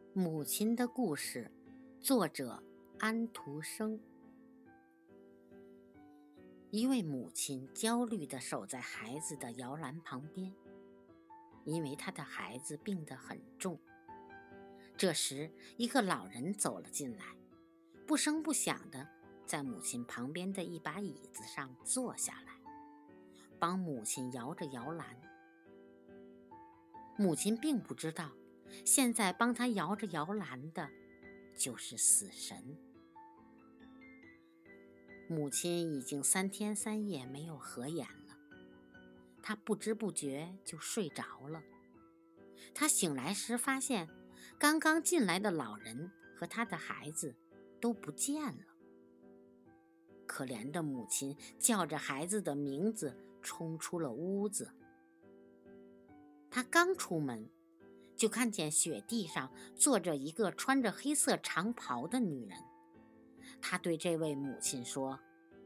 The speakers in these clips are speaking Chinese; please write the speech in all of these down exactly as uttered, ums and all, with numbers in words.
母亲的故事，作者安徒生。一位母亲焦虑地守在孩子的摇篮旁边，因为她的孩子病得很重。这时，一个老人走了进来，不声不响地在母亲旁边的一把椅子上坐下来，帮母亲摇着摇篮。母亲并不知道，现在帮她摇着摇篮的就是死神。母亲已经三天三夜没有合眼了，她不知不觉就睡着了。她醒来时发现，刚刚进来的老人和他的孩子都不见了。可怜的母亲叫着孩子的名字，冲出了屋子。她刚出门，就看见雪地上坐着一个穿着黑色长袍的女人。她对这位母亲说：“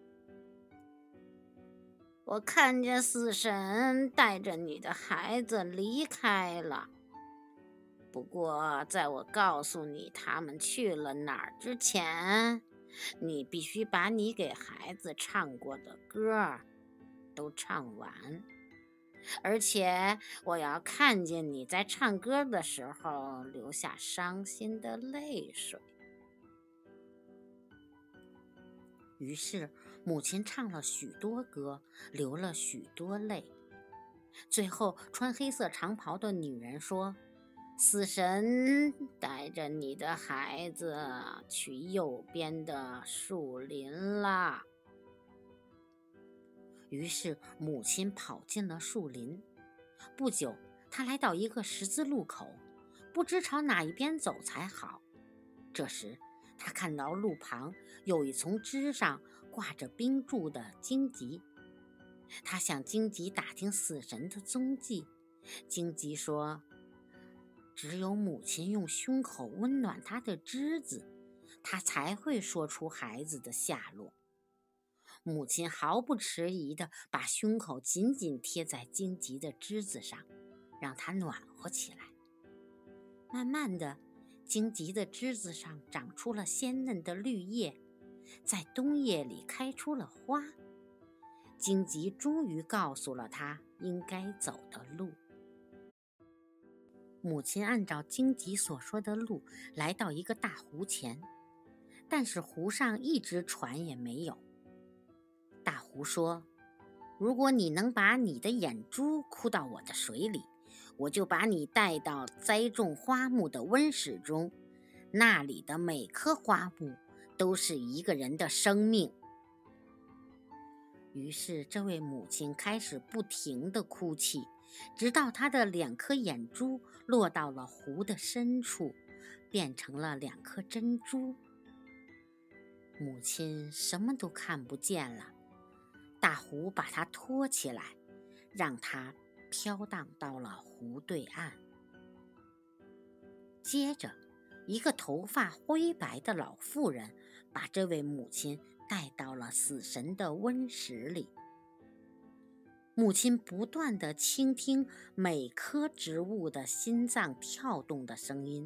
我看见死神带着你的孩子离开了。不过，在我告诉你他们去了哪儿之前，你必须把你给孩子唱过的歌都唱完。而且我要看见你在唱歌的时候流下伤心的泪水。”于是母亲唱了许多歌，流了许多泪。最后穿黑色长袍的女人说：“死神带着你的孩子去右边的树林啦。”于是母亲跑进了树林。不久，她来到一个十字路口，不知朝哪一边走才好。这时，她看到路旁有一丛枝上挂着冰柱的荆棘。她向荆棘打听死神的踪迹。荆棘说：“只有母亲用胸口温暖她的枝子，她才会说出孩子的下落。”母亲毫不迟疑地把胸口紧紧贴在荆棘的枝子上，让它暖和起来。慢慢的，荆棘的枝子上长出了鲜嫩的绿叶，在冬夜里开出了花。荆棘终于告诉了她应该走的路。母亲按照荆棘所说的路来到一个大湖前，但是湖上一只船也没有。大湖说：“如果你能把你的眼珠箍到我的水里，我就把你带到栽种花木的温室中，那里的每棵花木都是一个人的生命。”于是这位母亲开始不停地哭泣，直到她的两颗眼珠落到了湖的深处，变成了两颗珍珠。母亲什么都看不见了。大湖把它托起来，让它飘荡到了湖对岸。接着，一个头发灰白的老妇人把这位母亲带到了死神的温室里。母亲不断地倾听每棵植物的心脏跳动的声音。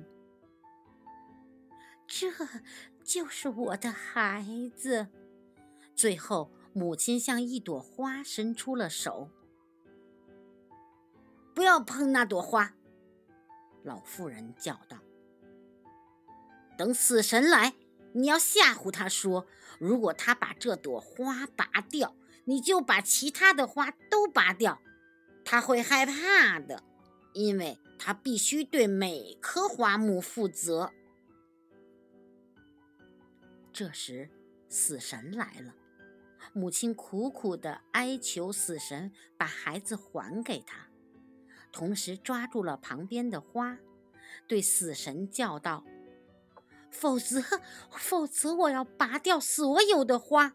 这就是我的孩子。最后，母亲向一朵花伸出了手。“不要碰那朵花！”老妇人叫道。“等死神来，你要吓唬他说，如果他把这朵花拔掉，你就把其他的花都拔掉。他会害怕的，因为他必须对每棵花木负责。”这时，死神来了。母亲苦苦地哀求死神把孩子还给她，同时抓住了旁边的花，对死神叫道：“否则，否则我要拔掉所有的花。”“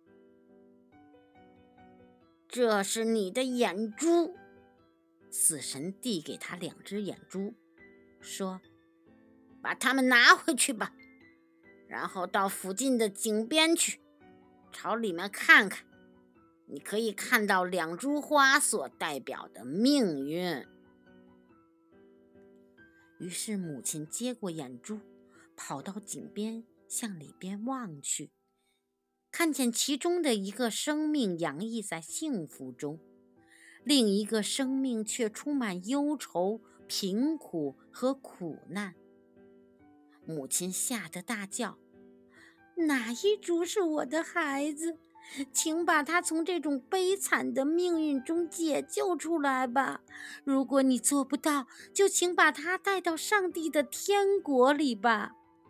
这是你的眼珠。”死神递给他两只眼珠，说：“把它们拿回去吧，然后到附近的井边去，朝里面看看，你可以看到两株花所代表的命运。” 于是母亲接过眼珠，跑到井边，向里边望去，看见其中的一个生命洋溢在幸福中，另一个生命却充满忧愁、贫苦和苦难。母亲吓得大叫：哪一株是我的孩子？请把他从这种悲惨的命运中解救出来吧！如果你做不到，就请把他带到上帝的天国里吧。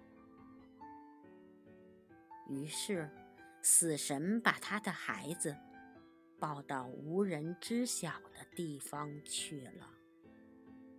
于是，死神把他的孩子抱到无人知晓的地方去了。